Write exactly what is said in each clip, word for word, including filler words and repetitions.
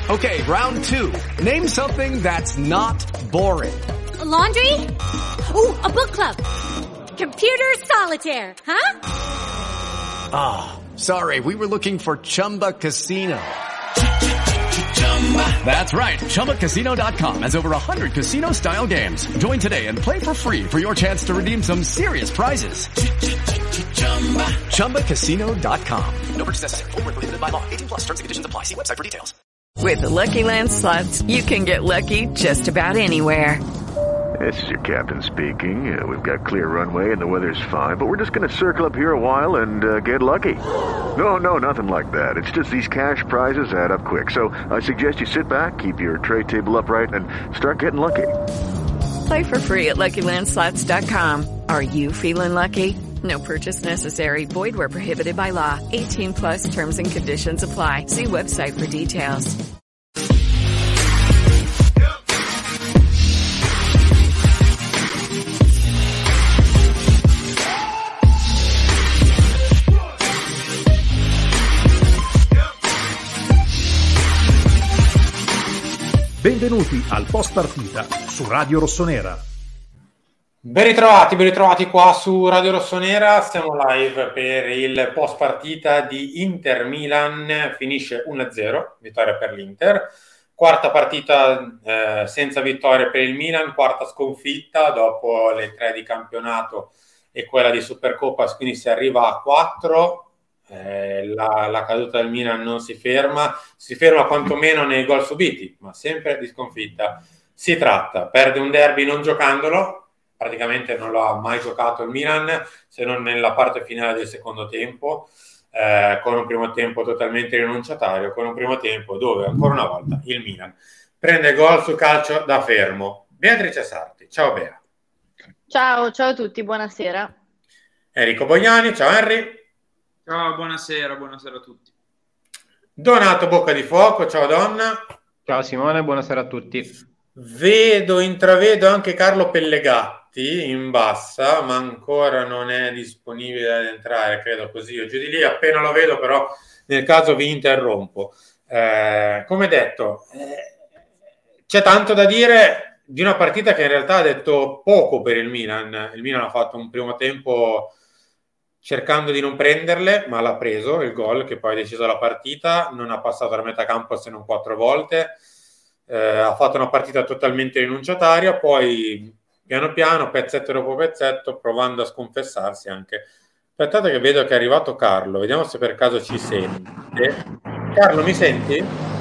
Okay, round two. Name something that's not boring. A laundry? Ooh, a book club. Computer solitaire, huh? Ah, oh, sorry, we were looking for Chumba Casino. That's right, Chumba Casino dot com has over one hundred casino-style games. Join today and play for free for your chance to redeem some serious prizes. Chumba Casino dot com. No purchase necessary. Void where prohibited by law. eighteen plus terms and conditions apply. See website for details. With the Lucky Land Slots, you can get lucky just about anywhere. This is your captain speaking. Uh, we've got clear runway and the weather's fine, but we're just going to circle up here a while and uh, get lucky. No, no, nothing like that. It's just these cash prizes add up quick. So I suggest you sit back, keep your tray table upright, and start getting lucky. Play for free at Lucky Land Slots dot com. Are you feeling lucky? No purchase necessary. Void where prohibited by law. eighteen plus terms and conditions apply. See website for details. Benvenuti al post partita su Radio Rossonera. Ben ritrovati, ben ritrovati qua su Radio Rossonera. Siamo live per il post partita di Inter-Milan. Finisce uno a zero, vittoria per l'Inter. Quarta partita eh, senza vittoria per il Milan, quarta sconfitta dopo le tre di campionato e quella di Supercoppa, quindi si arriva a quattro. Eh, la, la caduta del Milan non si ferma, si ferma quantomeno nei gol subiti, ma sempre di sconfitta si tratta. Perde un derby non giocandolo, praticamente non lo ha mai giocato il Milan, se non nella parte finale del secondo tempo, eh, con un primo tempo totalmente rinunciatario, con un primo tempo dove ancora una volta il Milan prende gol su calcio da fermo. Beatrice Sarti, ciao Bea. Ciao, ciao a tutti, buonasera. Enrico Bogliani, ciao Henry. Ciao, buonasera, buonasera a tutti. Donato Bocca di Fuoco, ciao Donna. Ciao Simone, buonasera a tutti. Vedo, intravedo anche Carlo Pellegatti in bassa, ma ancora non è disponibile ad entrare, credo così, io giù di lì, appena lo vedo però nel caso vi interrompo. Eh, come detto, eh, c'è tanto da dire di una partita che in realtà ha detto poco per il Milan. Il Milan ha fatto un primo tempo cercando di non prenderle, ma l'ha preso il gol che poi ha deciso la partita, non ha passato la metà campo se non quattro volte, eh, ha fatto una partita totalmente rinunciataria, poi piano piano, pezzetto dopo pezzetto, provando a sconfessarsi anche. Aspettate che vedo che è arrivato Carlo, vediamo se per caso ci sente. Carlo, mi senti?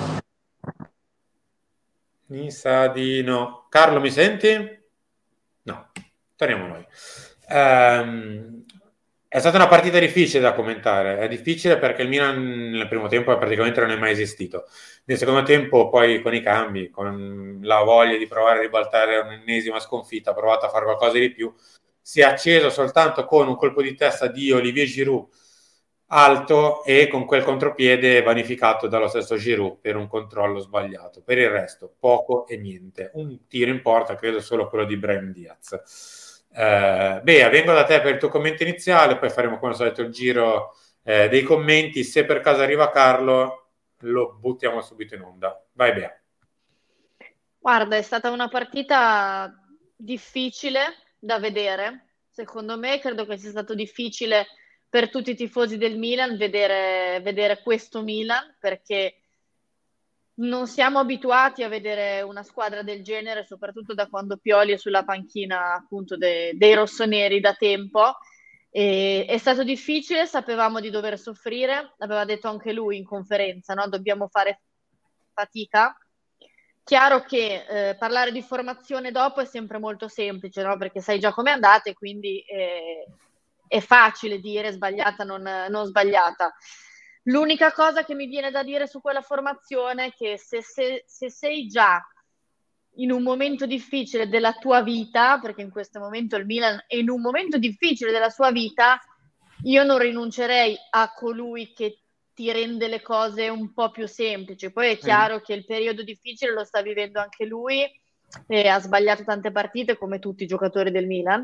Mi sa di no. Carlo, mi senti? No, torniamo noi. Ehm... È stata una partita difficile da commentare, è difficile perché il Milan nel primo tempo praticamente non è mai esistito. Nel secondo tempo poi con i cambi, con la voglia di provare a ribaltare un'ennesima sconfitta, ha provato a fare qualcosa di più, si è acceso soltanto con un colpo di testa di Olivier Giroud alto e con quel contropiede vanificato dallo stesso Giroud per un controllo sbagliato. Per il resto poco e niente. Un tiro in porta, credo solo quello di Brahim Diaz. Uh, Bea, vengo da te per il tuo commento iniziale, poi faremo come al solito il giro eh, dei commenti. Se per caso arriva Carlo lo buttiamo subito in onda. Vai Bea. Guarda, è stata una partita difficile da vedere, secondo me. Credo che sia stato difficile per tutti i tifosi del Milan vedere, vedere questo Milan, perché non siamo abituati a vedere una squadra del genere, soprattutto da quando Pioli è sulla panchina appunto de- dei rossoneri da tempo. E è stato difficile, sapevamo di dover soffrire, l'aveva detto anche lui in conferenza, no? Dobbiamo fare fatica. Chiaro che eh, parlare di formazione dopo è sempre molto semplice, no? Perché sai già come è andata e quindi eh, è facile dire sbagliata, non, non sbagliata. L'unica cosa che mi viene da dire su quella formazione è che se, se, se sei già in un momento difficile della tua vita, perché in questo momento il Milan è in un momento difficile della sua vita, io non rinuncerei a colui che ti rende le cose un po' più semplici. Poi è chiaro mm. che il periodo difficile lo sta vivendo anche lui, e ha sbagliato tante partite come tutti i giocatori del Milan,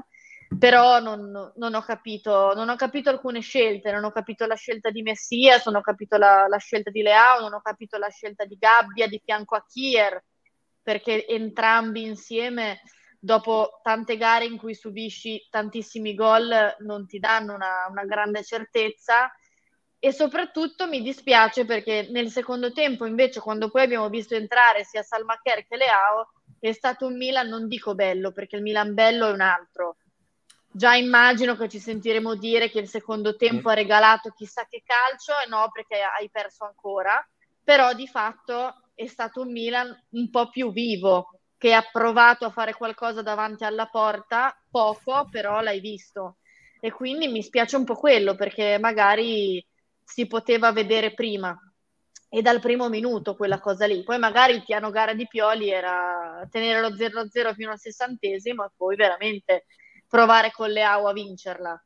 però non, non ho capito, non ho capito alcune scelte, non ho capito la scelta di Messias, non ho capito la, la scelta di Leao, non ho capito la scelta di Gabbia di fianco a Kier, perché entrambi insieme, dopo tante gare in cui subisci tantissimi gol, non ti danno una, una grande certezza. E soprattutto mi dispiace perché nel secondo tempo, invece, quando poi abbiamo visto entrare sia Salmaker che Leao, è stato un Milan, non dico bello, perché il Milan bello è un altro. Già immagino che ci sentiremo dire che il secondo tempo ha regalato chissà che calcio, e no, perché hai perso ancora, però di fatto è stato un Milan un po' più vivo, che ha provato a fare qualcosa davanti alla porta, poco, però l'hai visto. E quindi mi spiace un po' quello, perché magari si poteva vedere prima e dal primo minuto quella cosa lì. Poi magari il piano gara di Pioli era tenere lo zero a zero fino al sessantesimo e poi veramente provare con Leao a vincerla.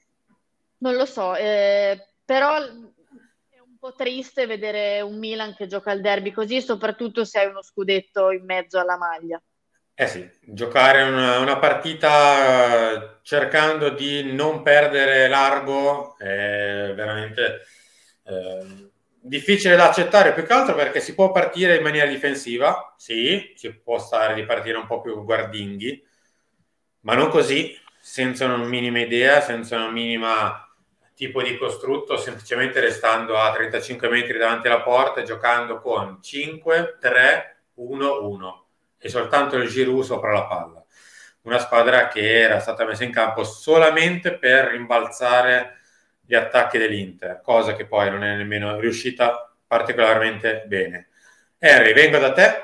Non lo so, eh, però è un po' triste vedere un Milan che gioca il derby così, soprattutto se hai uno scudetto in mezzo alla maglia. Eh sì, giocare una, una partita cercando di non perdere largo è veramente eh, difficile da accettare, più che altro perché si può partire in maniera difensiva, sì, ci può stare di partire un po' più guardinghi, ma non così, senza una minima idea, senza una minima tipo di costrutto, semplicemente restando a trentacinque metri davanti alla porta e giocando con cinque, tre, uno, uno e soltanto il Giroud sopra la palla. Una squadra che era stata messa in campo solamente per rimbalzare gli attacchi dell'Inter, cosa che poi non è nemmeno riuscita particolarmente bene. Harry, vengo da te.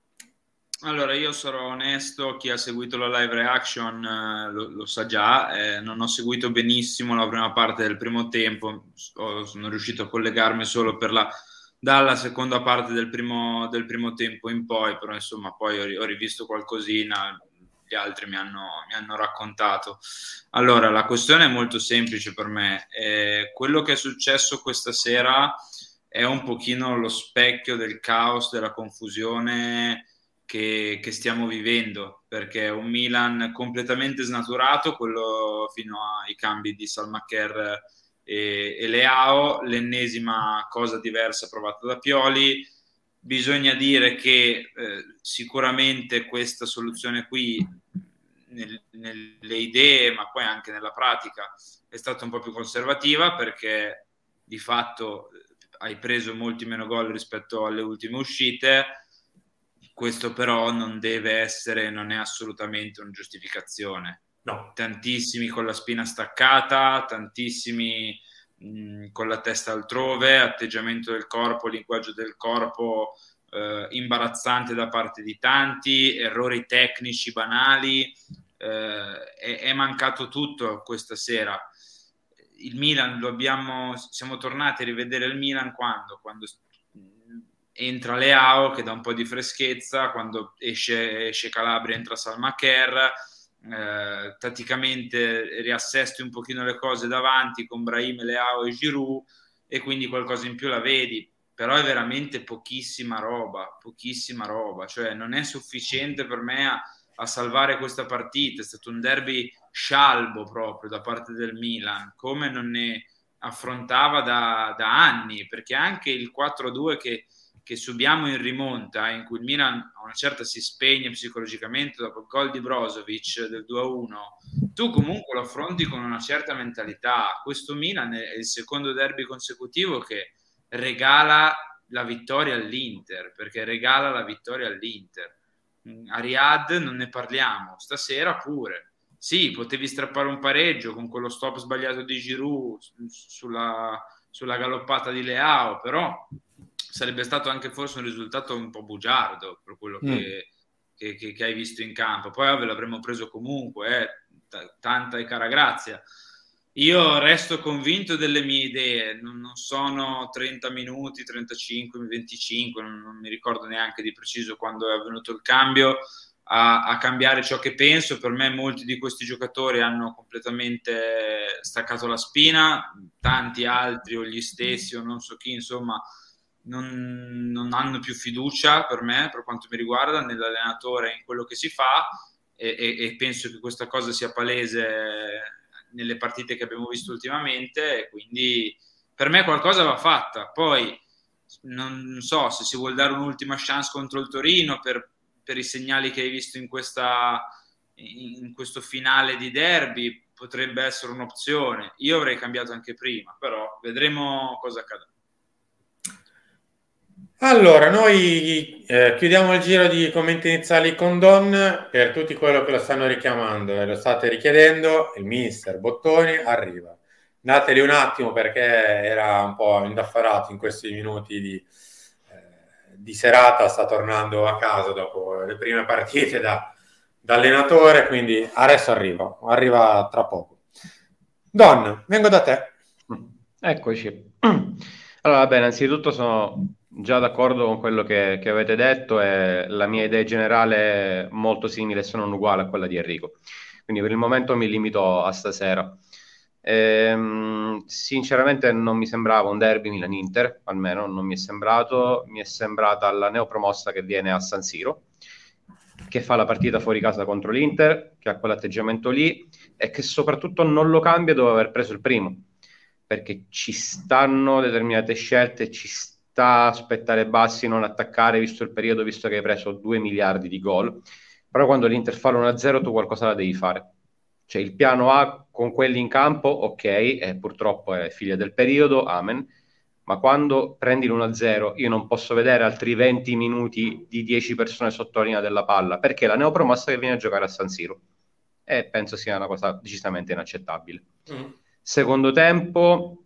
Allora, io sarò onesto, chi ha seguito la live reaction eh, lo, lo sa già, eh, non ho seguito benissimo la prima parte del primo tempo, so, sono riuscito a collegarmi solo per la, dalla seconda parte del primo, del primo tempo in poi, però insomma poi ho, ho rivisto qualcosina, gli altri mi hanno, mi hanno raccontato. Allora, la questione è molto semplice per me, eh, quello che è successo questa sera è un pochino lo specchio del caos, della confusione Che, che stiamo vivendo, perché è un Milan completamente snaturato, quello fino ai cambi di Salmaker e, e Leao, l'ennesima cosa diversa provata da Pioli. Bisogna dire che eh, sicuramente questa soluzione qui nel, nelle idee, ma poi anche nella pratica, è stata un po' più conservativa, perché di fatto hai preso molti meno gol rispetto alle ultime uscite. Questo però non deve essere, non è assolutamente una giustificazione. No. Tantissimi con la spina staccata, tantissimi mh, con la testa altrove, atteggiamento del corpo, linguaggio del corpo eh, imbarazzante da parte di tanti, errori tecnici banali, eh, è, è mancato tutto questa sera. Il Milan lo abbiamo, siamo tornati a rivedere il Milan quando? Quando entra Leao che dà un po' di freschezza, quando esce, esce Calabria entra Salmaker, eh, tatticamente riassesti un pochino le cose davanti con Brahim, Leao e Giroud, e quindi qualcosa in più la vedi, però è veramente pochissima roba, pochissima roba, cioè non è sufficiente per me a, a salvare questa partita. È stato un derby scialbo proprio da parte del Milan, come non ne affrontava da, da anni, perché anche il quattro a due che che subiamo in rimonta, in cui il Milan a una certa si spegne psicologicamente dopo il gol di Brozovic del due a uno, tu comunque lo affronti con una certa mentalità. Questo Milan è il secondo derby consecutivo che regala la vittoria all'Inter, perché regala la vittoria all'Inter. A Riyadh non ne parliamo, stasera pure. Sì, potevi strappare un pareggio con quello stop sbagliato di Giroud sulla, sulla galoppata di Leao, però sarebbe stato anche forse un risultato un po' bugiardo per quello che, mm. che, che, che hai visto in campo. Poi vabbè, l'avremmo preso comunque, eh, t- tanta e cara grazia. Io resto convinto delle mie idee, non, non sono trenta minuti, trentacinque, venticinque, non, non mi ricordo neanche di preciso quando è avvenuto il cambio, a, a cambiare ciò che penso. Per me molti di questi giocatori hanno completamente staccato la spina, tanti altri o gli stessi o non so chi, insomma, Non, non hanno più fiducia, per me, per quanto mi riguarda, nell'allenatore e in quello che si fa, e, e, e penso che questa cosa sia palese nelle partite che abbiamo visto ultimamente, quindi per me qualcosa va fatta. Poi non so se si vuol dare un'ultima chance contro il Torino per, per i segnali che hai visto in, questa, in questo finale di derby, potrebbe essere un'opzione. Io avrei cambiato anche prima, però vedremo cosa accadrà. Allora, noi eh, chiudiamo il giro di commenti iniziali con Don. Per tutti quello che lo stanno richiamando e lo state richiedendo, il mister Bottoni arriva. Dateli un attimo perché era un po' indaffarato in questi minuti di, eh, di serata, sta tornando a casa dopo le prime partite da, da allenatore, quindi adesso arriva, arriva tra poco. Don, vengo da te. Eccoci. Allora, bene, innanzitutto sono già d'accordo con quello che, che avete detto e la mia idea generale è molto simile se non uguale a quella di Enrico. Quindi per il momento mi limito a stasera. Ehm, sinceramente non mi sembrava un derby Milan-Inter, almeno non mi è sembrato. Mi è sembrata la neopromossa che viene a San Siro, che fa la partita fuori casa contro l'Inter, che ha quell'atteggiamento lì e che soprattutto non lo cambia dopo aver preso il primo, perché ci stanno determinate scelte, ci sta aspettare bassi, non attaccare, visto il periodo, visto che hai preso due miliardi di gol. Però quando l'Inter fa l'uno a zero tu qualcosa la devi fare. Cioè il piano A con quelli in campo, ok, e purtroppo è figlia del periodo, amen, ma quando prendi l'uno a zero io non posso vedere altri venti minuti di dieci persone sotto la linea della palla, perché la neopromossa che viene a giocare a San Siro. E penso sia una cosa decisamente inaccettabile. Mm. Secondo tempo,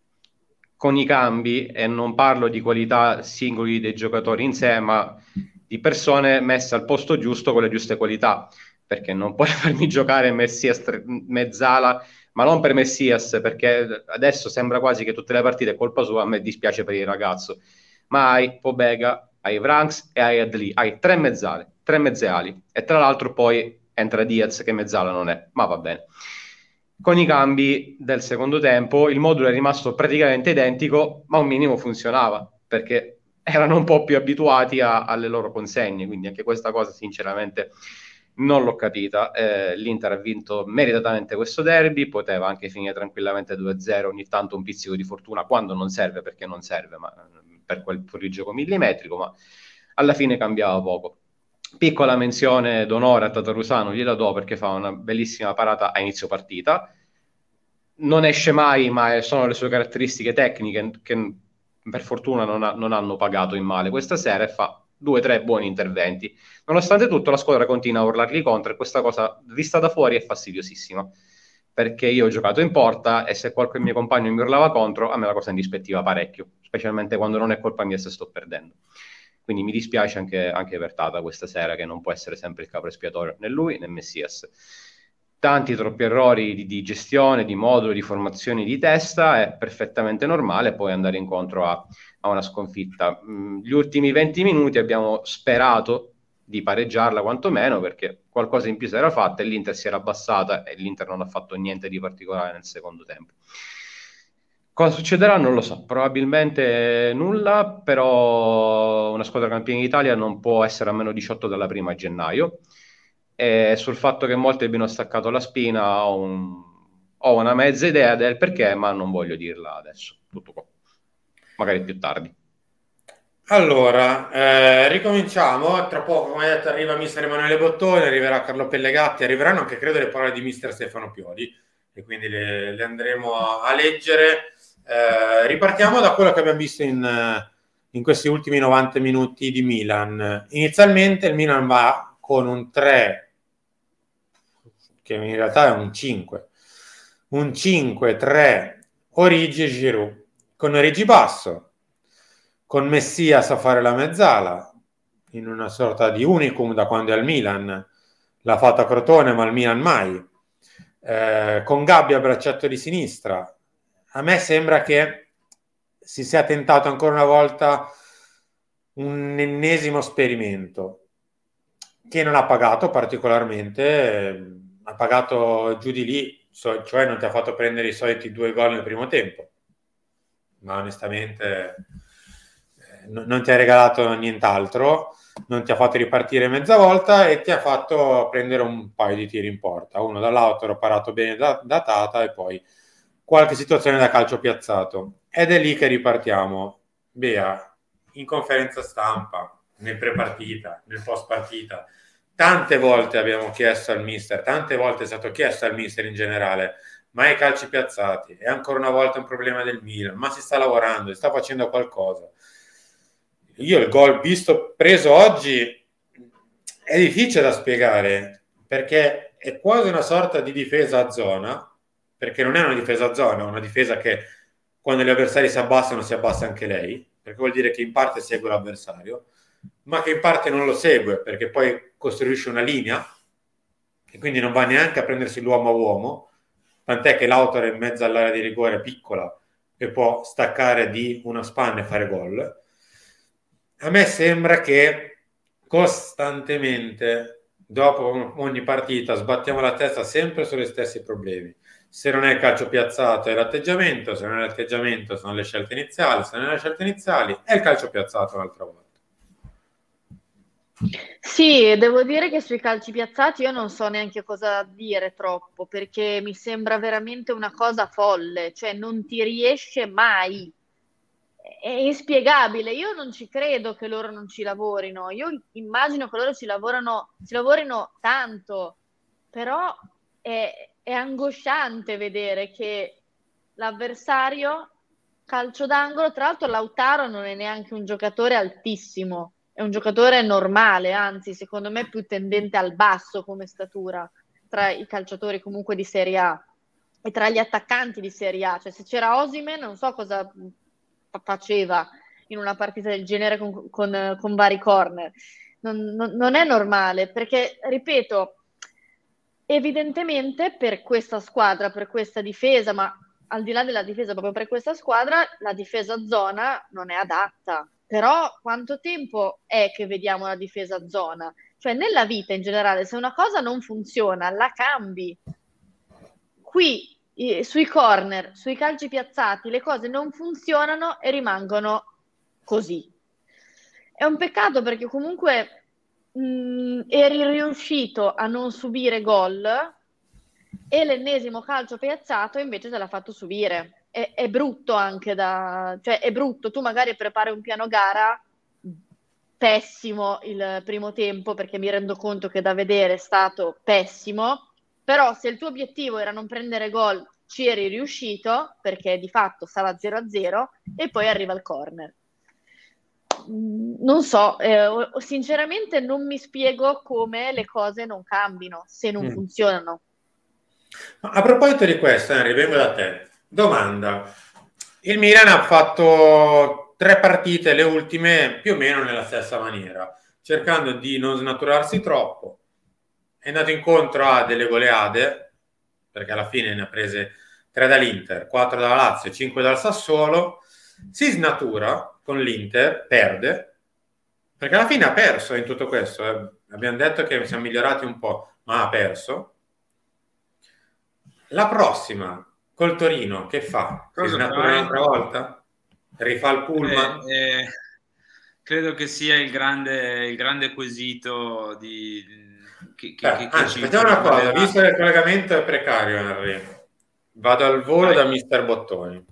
con i cambi, e non parlo di qualità singoli dei giocatori in sé, ma di persone messe al posto giusto con le giuste qualità, perché non puoi farmi giocare Messias mezzala, ma non per Messias, perché adesso sembra quasi che tutte le partite è colpa sua, a me dispiace per il ragazzo, ma hai Pobega, hai Vranks e hai Adli, hai tre mezzale, tre mezze ali, e tra l'altro poi entra Diaz che mezzala non è, ma va bene. Con i cambi del secondo tempo il modulo è rimasto praticamente identico, ma un minimo funzionava, perché erano un po' più abituati a, alle loro consegne, quindi anche questa cosa sinceramente non l'ho capita. Eh, L'Inter ha vinto meritatamente questo derby, poteva anche finire tranquillamente due a zero, ogni tanto un pizzico di fortuna quando non serve, perché non serve, ma per quel fuorigioco millimetrico, ma alla fine cambiava poco. Piccola menzione d'onore a Tatarusano, gliela do perché fa una bellissima parata a inizio partita. Non esce mai, ma sono le sue caratteristiche tecniche che per fortuna non, ha, non hanno pagato in male questa sera, e fa due o tre buoni interventi. Nonostante tutto la squadra continua a urlargli contro, e questa cosa vista da fuori è fastidiosissima, perché io ho giocato in porta e se qualche mio compagno mi urlava contro, a me la cosa indispettiva parecchio, specialmente quando non è colpa mia se sto perdendo. Quindi mi dispiace anche, anche per Tata questa sera, che non può essere sempre il capo espiatorio né lui né Messias. Tanti troppi errori di, di gestione, di modulo, di formazioni di testa, è perfettamente normale poi andare incontro a, a una sconfitta. Mm, gli ultimi venti minuti abbiamo sperato di pareggiarla quantomeno, perché qualcosa in più si era fatta e l'Inter si era abbassata e l'Inter non ha fatto niente di particolare nel secondo tempo. Cosa succederà non lo so, probabilmente nulla, però una squadra campione d'Italia non può essere a meno diciotto dalla prima gennaio, e sul fatto che molti abbiano staccato la spina ho, un, ho una mezza idea del perché, ma non voglio dirla adesso, tutto qua, magari più tardi. Allora, eh, ricominciamo, tra poco come detto arriva mister Emanuele Bottone, arriverà Carlo Pellegatti, arriveranno anche credo le parole di mister Stefano Pioli e quindi le, le andremo a, a leggere. Eh, ripartiamo da quello che abbiamo visto in, in questi ultimi novanta minuti di Milan. Inizialmente il Milan va con un tre, che in realtà è un cinque, un cinque tre Origi e Giroud, con Origi basso, con Messias a fare la mezzala, in una sorta di unicum da quando è al Milan, l'ha fatta Crotone ma al Milan mai, eh, con Gabbia a braccetto di sinistra. A me sembra che si sia tentato ancora una volta un ennesimo esperimento che non ha pagato particolarmente, eh, ha pagato giù di lì, so, cioè non ti ha fatto prendere i soliti due gol nel primo tempo, ma onestamente eh, n- non ti ha regalato nient'altro, non ti ha fatto ripartire mezza volta e ti ha fatto prendere un paio di tiri in porta, uno dall'outero parato bene da, da Tata e poi qualche situazione da calcio piazzato, ed è lì che ripartiamo. Bea, in conferenza stampa, nel pre-partita, nel post-partita, tante volte abbiamo chiesto al mister, tante volte è stato chiesto al mister in generale, ma i calci piazzati è ancora una volta un problema del Milan, ma si sta lavorando, si sta facendo qualcosa. Io il gol visto preso oggi è difficile da spiegare, perché è quasi una sorta di difesa a zona, perché non è una difesa a zona, è una difesa che quando gli avversari si abbassano si abbassa anche lei, perché vuol dire che in parte segue l'avversario, ma che in parte non lo segue, perché poi costruisce una linea e quindi non va neanche a prendersi l'uomo a uomo, tant'è che Lautaro è in mezzo all'area di rigore piccola e può staccare di una spanna e fare gol. A me sembra che costantemente, dopo ogni partita, sbattiamo la testa sempre sugli stessi problemi. Se non è il calcio piazzato è l'atteggiamento, se non è l'atteggiamento sono le scelte iniziali, se non è le scelte iniziali è il calcio piazzato un'altra volta. Sì, devo dire che sui calci piazzati io non so neanche cosa dire troppo, perché mi sembra veramente una cosa folle, cioè non ti riesce mai. È inspiegabile, io non ci credo che loro non ci lavorino, io immagino che loro ci lavorano, ci lavorino tanto, però è, è angosciante vedere che l'avversario calcio d'angolo, tra l'altro Lautaro non è neanche un giocatore altissimo, è un giocatore normale, anzi secondo me più tendente al basso come statura tra i calciatori comunque di Serie A e tra gli attaccanti di Serie A, cioè se c'era Osimhen non so cosa faceva in una partita del genere con, con, con vari corner. Non, non, non è normale, perché, ripeto, evidentemente per questa squadra, per questa difesa, ma al di là della difesa, proprio per questa squadra, la difesa a zona non è adatta. Però quanto tempo è che vediamo la difesa a zona? Cioè nella vita in generale, se una cosa non funziona, la cambi. Qui sui corner, sui calci piazzati, le cose non funzionano e rimangono così. È un peccato perché comunque mh, eri riuscito a non subire gol e l'ennesimo calcio piazzato invece te l'ha fatto subire. È, è brutto anche da... cioè è brutto, tu magari prepari un piano gara pessimo il primo tempo, perché mi rendo conto che da vedere è stato pessimo. Però se il tuo obiettivo era non prendere gol, ci eri riuscito, perché di fatto stava zero a zero, e poi arriva il corner. Non so, eh, sinceramente non mi spiego come le cose non cambino, se non mm. funzionano. A proposito di questo, Henry, vengo da te. Domanda. Il Milan ha fatto tre partite, le ultime, più o meno nella stessa maniera, cercando di non snaturarsi troppo. È andato incontro a delle goleade, perché alla fine ne ha prese tre dall'Inter, quattro dalla Lazio, cinque dal Sassuolo, si snatura con l'Inter, perde, perché alla fine ha perso in tutto questo. Eh. Abbiamo detto che siamo migliorati un po', ma ha perso. La prossima, col Torino, che fa? Si Cosa snatura fai? un'altra volta? Rifà il pullman? Eh, eh, credo che sia il grande, il grande quesito di... Che, che, eh, che, che anzi, ci facciamo una cosa, vedrà. visto che il collegamento è precario, Henry, vado al volo Vai. da mister Bottoni.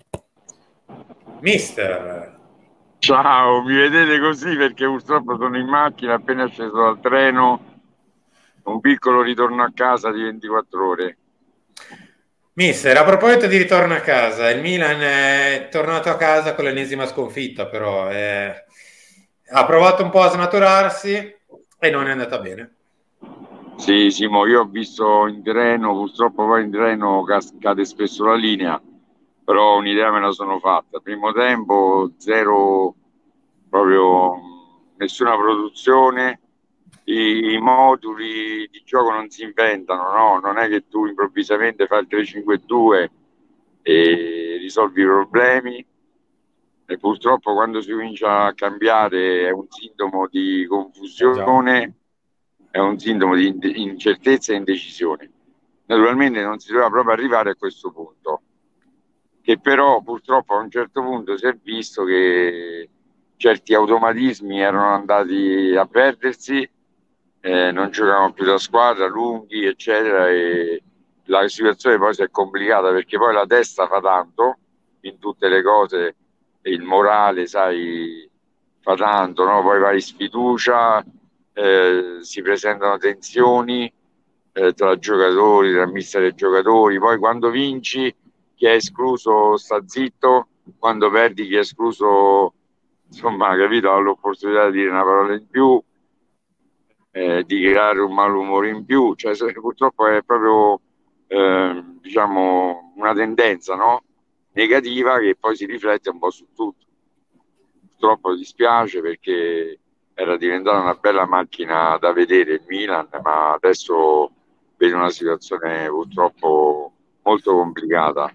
Mister, ciao, mi vedete così perché purtroppo sono in macchina, appena sceso dal treno, un piccolo ritorno a casa di ventiquattro ore. Mister, a proposito di ritorno a casa, il Milan è tornato a casa con l'ennesima sconfitta, però è... ha provato un po' a snaturarsi e non è andata bene. Sì, Simo, io ho visto in treno, purtroppo poi in treno cade spesso la linea, però un'idea me la sono fatta. Primo tempo, zero, proprio nessuna produzione, i, i moduli di gioco non si inventano, no? Non è che tu improvvisamente fai il tre cinque due e risolvi i problemi, e purtroppo quando si comincia a cambiare è un sintomo di confusione, è un sintomo di incertezza e indecisione. Naturalmente non si doveva proprio arrivare a questo punto, che però purtroppo a un certo punto si è visto che certi automatismi erano andati a perdersi, eh, non giocavamo più da squadra, lunghi, eccetera, e la situazione poi si è complicata perché poi la testa fa tanto in tutte le cose, e il morale, sai, fa tanto, no? Poi vai in sfiducia, eh, si presentano tensioni eh, tra giocatori, tra mister e giocatori, poi quando vinci chi è escluso sta zitto, quando perdi chi è escluso, insomma, capito, ha l'opportunità di dire una parola in più, eh, di creare un malumore in più, cioè purtroppo è proprio eh, diciamo una tendenza, no? Negativa, che poi si riflette un po' su tutto. Purtroppo dispiace perché era diventata una bella macchina da vedere il Milan, ma adesso vedo una situazione purtroppo molto complicata.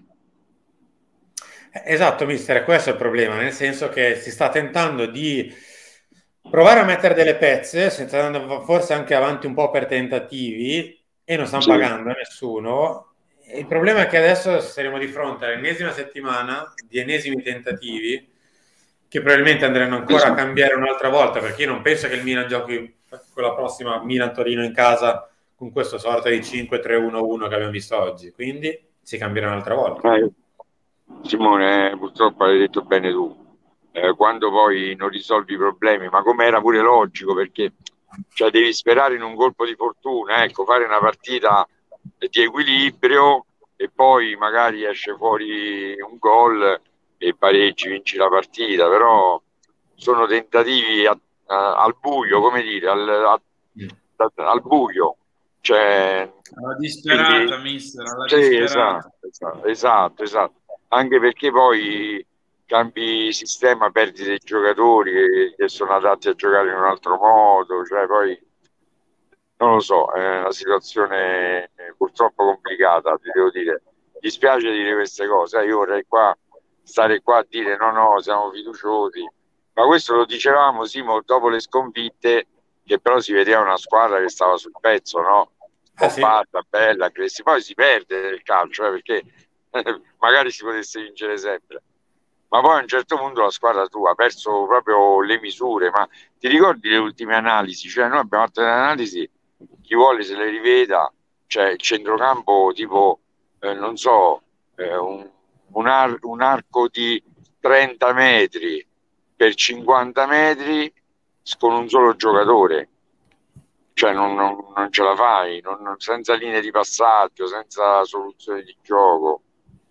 Esatto, mister, questo è il problema, nel senso che si sta tentando di provare a mettere delle pezze, si sta andando forse anche avanti un po' per tentativi e non stanno Sì. pagando a nessuno. E il problema è che adesso saremo di fronte all'ennesima settimana di ennesimi tentativi che probabilmente andranno ancora a cambiare un'altra volta, perché io non penso che il Milan giochi con la prossima Milan-Torino in casa con questo sorta di cinque tre uno uno che abbiamo visto oggi, quindi si cambierà un'altra volta. Eh, Simone, purtroppo hai detto bene tu, eh, quando poi non risolvi i problemi, ma come era pure logico, perché cioè, devi sperare in un colpo di fortuna, ecco, fare una partita di equilibrio e poi magari esce fuori un gol e pareggi, vinci la partita, però sono tentativi a, a, al buio, come dire, al, a, al buio. Cioè, alla disperata, quindi, mister, alla sì, disperata. Esatto, esatto, esatto. Anche perché poi cambi sistema, perdi dei giocatori che, che sono adatti a giocare in un altro modo, cioè poi non lo so, è una situazione purtroppo complicata, ti devo dire. Mi dispiace dire queste cose, io vorrei qua stare qua a dire no, no, siamo fiduciosi, ma questo lo dicevamo, Simo, dopo le sconfitte, che però si vedeva una squadra che stava sul pezzo, no? Compatta, ah, sì, bella, aggressiva. Poi si perde nel calcio, eh, perché magari si potesse vincere sempre. Ma poi a un certo punto la squadra tua ha perso proprio le misure. Ma ti ricordi le ultime analisi? Cioè noi abbiamo fatto delle analisi, chi vuole se le riveda, cioè il centrocampo tipo, eh, non so, eh, un, un, ar- un arco di trenta metri per cinquanta metri con un solo giocatore. Cioè non, non, non ce la fai, non, non, senza linee di passaggio, senza soluzioni di gioco.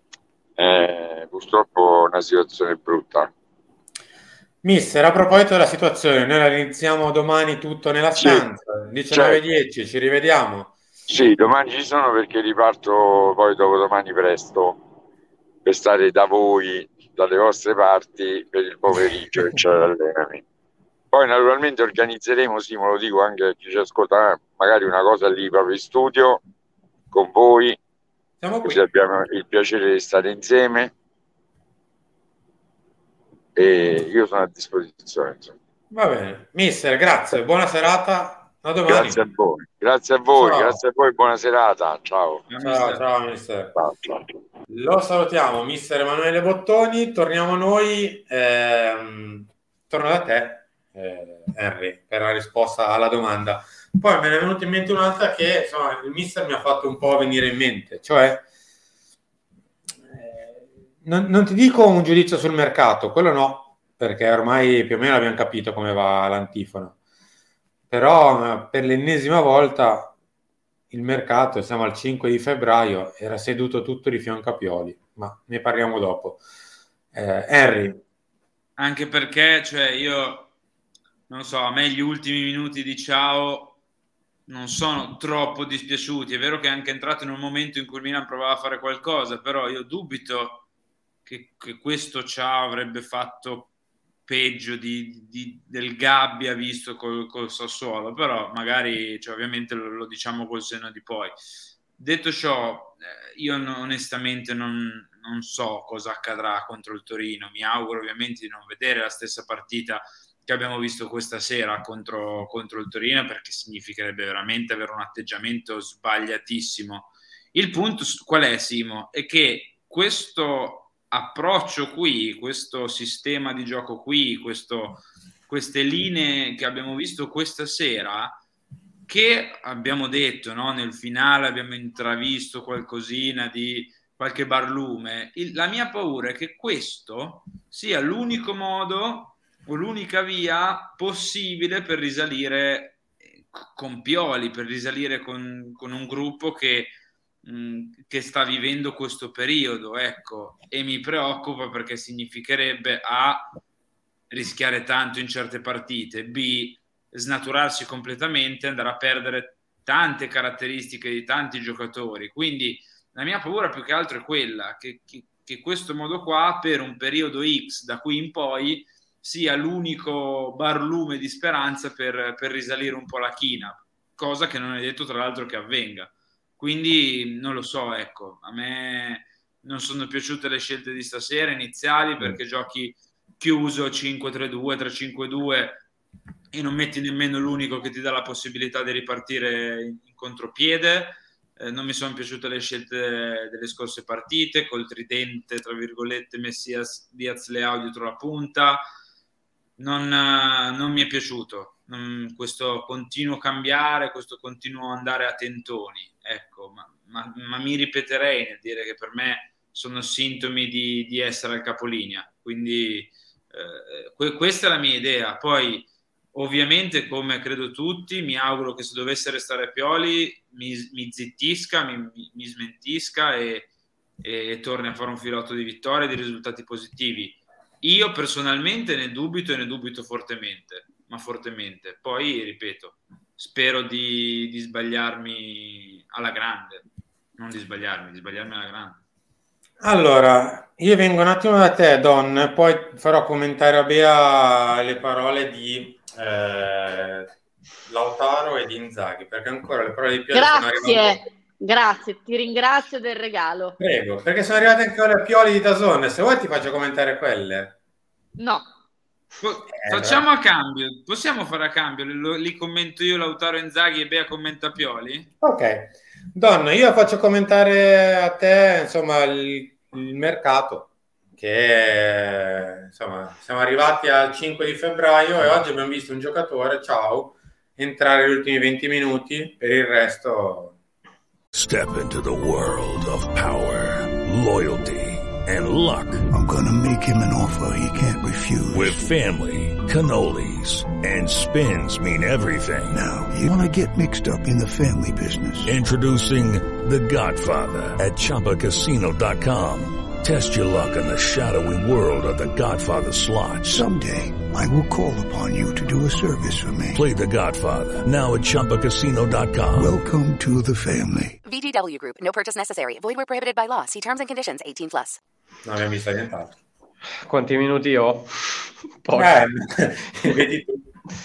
Eh, purtroppo è una situazione brutta. Mister, a proposito della situazione, noi la iniziamo domani tutto nella stanza, sì, diciannove e dieci, certo. Ci rivediamo. Sì, domani ci sono perché riparto poi dopo domani presto per stare da voi, dalle vostre parti, per il pomeriggio che c'è l'allenamento. Poi naturalmente organizzeremo, sì, me lo dico anche a chi ci ascolta, magari una cosa lì proprio in studio con voi, Siamo così qui. abbiamo il piacere di stare insieme e io sono a disposizione. Insomma. Va bene, mister, grazie, buona serata, a domani. Grazie a voi, grazie a voi, Ciao. grazie a voi, buona serata, ciao. Ciao, ciao mister. Ciao, ciao. Lo salutiamo, mister Emanuele Bottoni, torniamo noi, ehm, torno da te, eh, Henry, per la risposta alla domanda. Poi me ne è venuta in mente un'altra che insomma, il mister mi ha fatto un po' venire in mente, cioè eh, non, non ti dico un giudizio sul mercato, quello no, perché ormai più o meno abbiamo capito come va l'antifona, però per l'ennesima volta il mercato, siamo al cinque di febbraio, era seduto tutto di fianco a Pioli, ma ne parliamo dopo. Eh, Henry. Anche perché, cioè, io non so, a me gli ultimi minuti di Ciao non sono troppo dispiaciuti. È vero che è anche entrato in un momento in cui il Milan provava a fare qualcosa, però io dubito che, che questo Ciao avrebbe fatto peggio di, di, del Gabbia visto col, col Sassuolo, però magari, cioè, ovviamente lo, lo diciamo col senno di poi. Detto ciò, eh, io no, onestamente non, non so cosa accadrà contro il Torino. Mi auguro ovviamente di non vedere la stessa partita che abbiamo visto questa sera contro, contro il Torino, perché significherebbe veramente avere un atteggiamento sbagliatissimo. Il punto qual è, Simo? È che questo approccio qui, questo sistema di gioco qui, questo, queste linee che abbiamo visto questa sera, che abbiamo detto, no? Nel finale abbiamo intravisto qualcosina di qualche barlume. Il, la mia paura è che questo sia l'unico modo o l'unica via possibile per risalire con Pioli, per risalire con, con un gruppo che, mh, che sta vivendo questo periodo, ecco, e mi preoccupa perché significherebbe A, rischiare tanto in certe partite, B, snaturarsi completamente, andare a perdere tante caratteristiche di tanti giocatori. Quindi la mia paura più che altro è quella che, che, che questo modo qua per un periodo X da qui in poi sia l'unico barlume di speranza per, per risalire un po' la china, cosa che non è detto tra l'altro che avvenga. Quindi non lo so, ecco, a me non sono piaciute le scelte di stasera iniziali, perché giochi chiuso cinque tre due, tre cinque due e non metti nemmeno l'unico che ti dà la possibilità di ripartire in, in contropiede. Eh, non mi sono piaciute le scelte delle scorse partite, col tridente, tra virgolette, Messias, Diaz, Leao dietro la punta. Non, non mi è piaciuto non, questo continuo cambiare, questo continuo andare a tentoni, ecco, ma, ma, ma mi ripeterei nel dire che per me sono sintomi di, di essere al capolinea, quindi eh, que- questa è la mia idea. Poi ovviamente, come credo tutti, mi auguro che se dovesse restare Pioli mi, mi zittisca, mi, mi, mi smentisca e, e torni a fare un filotto di vittorie, di risultati positivi. Io personalmente ne dubito e ne dubito fortemente, ma fortemente. Poi, ripeto, spero di, di sbagliarmi alla grande, non di sbagliarmi, di sbagliarmi alla grande. Allora, io vengo un attimo da te, Don, poi farò commentare a Bea le parole di eh, Lautaro e di Inzaghi, perché ancora le parole di Pioli sono arrivate. Grazie, grazie, ti ringrazio del regalo. Prego, perché sono arrivate anche le Pioli di Dazon, se vuoi ti faccio commentare quelle. No. Eh, Facciamo a cambio, possiamo fare a cambio, li, li commento io, Lautaro, Inzaghi e Bea commenta Pioli? Ok, Don, io faccio commentare a te insomma il, il mercato, che insomma siamo arrivati al cinque di febbraio e oggi abbiamo visto un giocatore, ciao, entrare gli ultimi venti minuti, per il resto. Step into the world of power, loyalty and luck. I'm gonna make him an offer he can't refuse. With family, cannolis and spins mean everything. Now, you wanna get mixed up in the family business. Introducing The Godfather at Chumba Casino dot com. Test your luck in the shadowy world of The Godfather slot. Someday, I will call upon you to do a service for me. Play The Godfather now at Chumba Casino dot com. Welcome to the family. V G W Group. No purchase necessary. Void where prohibited by law. See terms and conditions. eighteen plus. Non abbiamo visto nient'altro. Quanti minuti ho? Eh, vedi tu.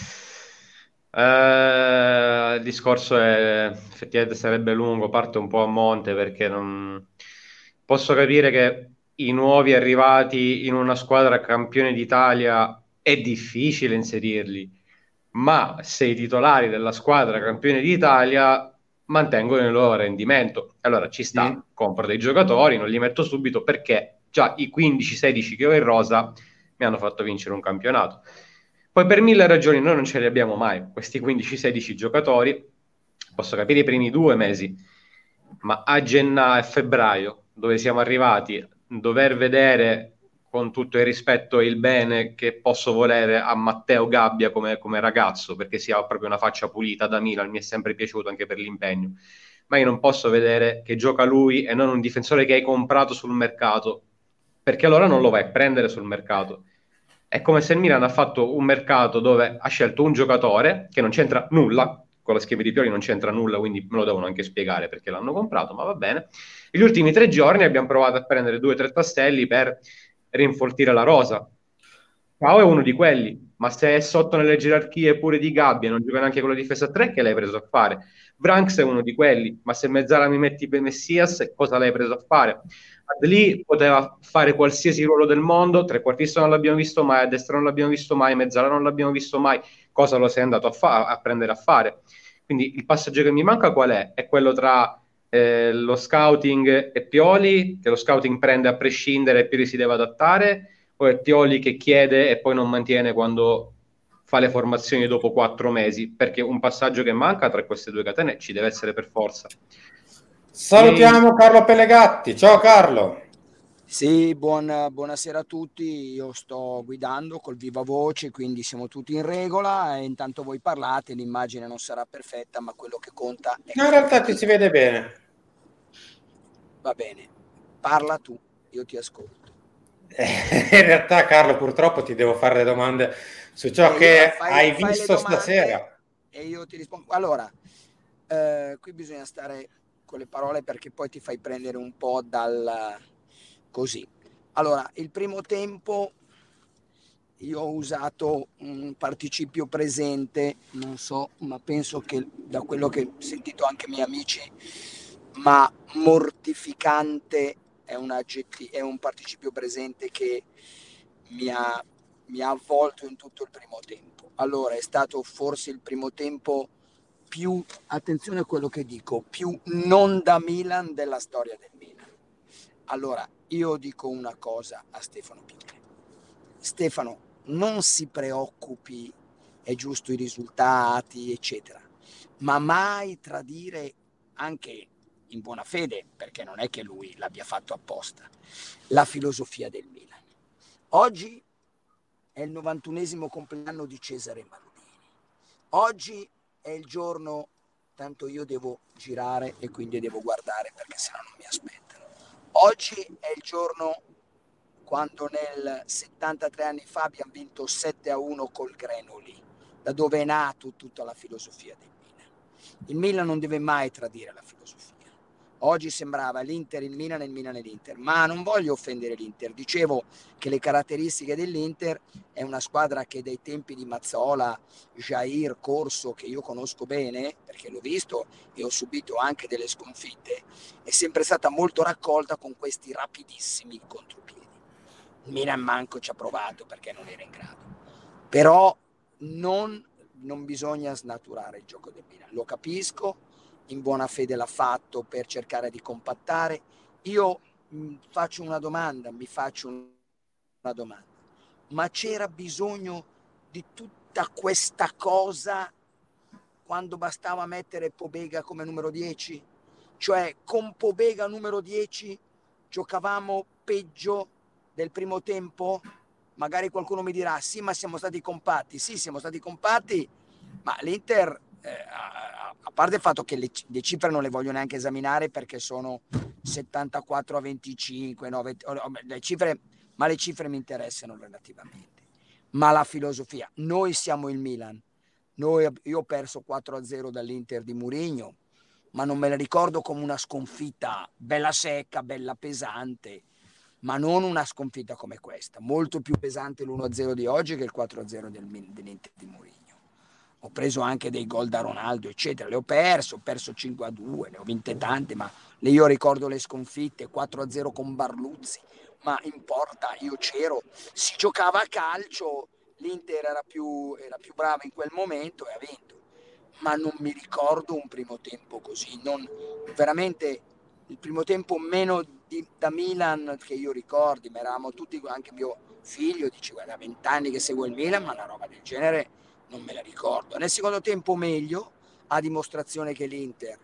Eh, il discorso è effettivamente sarebbe lungo, parte un po' a monte perché non posso capire che i nuovi arrivati in una squadra campione d'Italia è difficile inserirli, ma se i titolari della squadra campione d'Italia mantengono il loro rendimento, allora ci sta, mm. compro dei giocatori, non li metto subito perché già i quindici sedici che ho in rosa mi hanno fatto vincere un campionato. Poi per mille ragioni noi non ce li abbiamo mai, questi quindici sedici giocatori, posso capire i primi due mesi, ma a gennaio e febbraio, dove siamo arrivati, dover vedere con tutto il rispetto e il bene che posso volere a Matteo Gabbia come, come ragazzo, perché si ha proprio una faccia pulita da Milan, mi è sempre piaciuto anche per l'impegno, ma io non posso vedere che gioca lui e non un difensore che hai comprato sul mercato, perché allora non lo vai a prendere sul mercato. È come se il Milan ha fatto un mercato dove ha scelto un giocatore che non c'entra nulla, con la schema di Pioli non c'entra nulla, quindi me lo devono anche spiegare perché l'hanno comprato, ma va bene. Gli ultimi tre giorni abbiamo provato a prendere due o tre tasselli per rinfortire la rosa. Pau è uno di quelli, ma se è sotto nelle gerarchie pure di Gabbia, non gioca neanche con la difesa a tre, che l'hai preso a fare? Branks è uno di quelli, ma se mezzala mi metti per Messias, cosa l'hai preso a fare? Adli poteva fare qualsiasi ruolo del mondo, trequartista non l'abbiamo visto mai, a destra non l'abbiamo visto mai, mezzala non l'abbiamo visto mai, cosa lo sei andato a, fa- a prendere a fare? Quindi il passaggio che mi manca qual è? È quello tra eh, lo scouting è Pioli, che lo scouting prende a prescindere e Pioli si deve adattare, o è Pioli che chiede e poi non mantiene quando fa le formazioni dopo quattro mesi? Perché un passaggio che manca tra queste due catene ci deve essere per forza. Salutiamo e... Carlo Pellegatti. Ciao Carlo. Sì, buon, buonasera a tutti. Io sto guidando col viva voce, quindi siamo tutti in regola e intanto voi parlate, l'immagine non sarà perfetta, ma quello che conta è... No, in realtà ti si vede bene. Va bene, parla tu, io ti ascolto. Eh, in realtà Carlo, purtroppo ti devo fare le domande su ciò e che fai, hai fai visto stasera. E io ti rispondo. Allora, eh, qui bisogna stare con le parole perché poi ti fai prendere un po' dal... così. Allora, il primo tempo io ho usato un participio presente, non so, ma penso che da quello che ho sentito anche i miei amici, ma mortificante è un, aggetti- è un participio presente che mi ha, mi ha avvolto in tutto il primo tempo. Allora, è stato forse il primo tempo più, attenzione a quello che dico, più non da Milan della storia del Milan. Allora, io dico una cosa a Stefano Pioli. Stefano, non si preoccupi, è giusto i risultati, eccetera, ma mai tradire, anche in buona fede, perché non è che lui l'abbia fatto apposta, la filosofia del Milan. Oggi è il novantunesimo compleanno di Cesare Maldini. Oggi è il giorno, tanto io devo girare e quindi devo guardare perché sennò non mi aspettano. Oggi è il giorno quando nel settantatré anni fa abbiamo vinto sette a uno col Grenoli, da dove è nato tutta la filosofia del Milan. Il Milan non deve mai tradire la filosofia. Oggi sembrava l'Inter, il Milan e il Milan e l'Inter, ma non voglio offendere l'Inter. Dicevo che le caratteristiche dell'Inter è una squadra che dai tempi di Mazzola, Jair, Corso, che io conosco bene, perché l'ho visto e ho subito anche delle sconfitte, è sempre stata molto raccolta con questi rapidissimi contropiedi. Il Milan manco ci ha provato perché non era in grado. Però non, non bisogna snaturare il gioco del Milan. Lo capisco, in buona fede l'ha fatto per cercare di compattare. Io mh, faccio una domanda, mi faccio una domanda. Ma c'era bisogno di tutta questa cosa quando bastava mettere Pobega come numero dieci? Cioè con Pobega numero dieci giocavamo peggio del primo tempo? Magari qualcuno mi dirà sì, ma siamo stati compatti. Sì, siamo stati compatti, ma l'Inter eh, a, a parte il fatto che le, le cifre non le voglio neanche esaminare perché sono settantaquattro a venticinque, no, venti, le cifre, ma le cifre mi interessano relativamente. Ma la filosofia, noi siamo il Milan. Noi, io ho perso quattro a zero dall'Inter di Mourinho, ma non me la ricordo come una sconfitta bella secca, bella pesante, ma non una sconfitta come questa, molto più pesante l'uno a zero di oggi che il quattro a zero del, dell'Inter di Mourinho. Ho preso anche dei gol da Ronaldo, eccetera, le ho perso, ho perso cinque a due, ne ho vinte tante, ma le io ricordo le sconfitte, quattro a zero con Barluzzi, ma importa, io c'ero, si giocava a calcio, l'Inter era più, era più brava in quel momento e ha vinto, ma non mi ricordo un primo tempo così, non, veramente il primo tempo meno di, da Milan che io ricordi, ma eravamo tutti, anche mio figlio dice guarda, vent'anni che seguo il Milan, ma una roba del genere non me la ricordo. Nel secondo tempo meglio, a dimostrazione che l'Inter,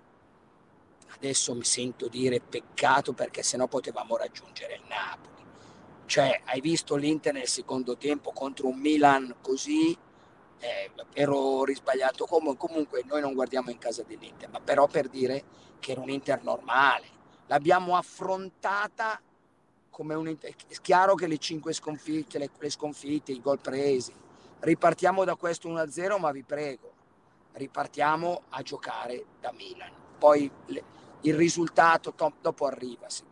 adesso mi sento dire peccato perché sennò potevamo raggiungere il Napoli. Cioè, hai visto l'Inter nel secondo tempo contro un Milan così, eh, ero risbagliato. Com- comunque noi non guardiamo in casa dell'Inter, ma però per dire che era un Inter normale. L'abbiamo affrontata come un Inter. È chiaro che le cinque sconfitte, le, le sconfitte, i gol presi, ripartiamo da questo uno a zero, ma vi prego, ripartiamo a giocare da Milan. Poi le, il risultato top, dopo arriva, secondo.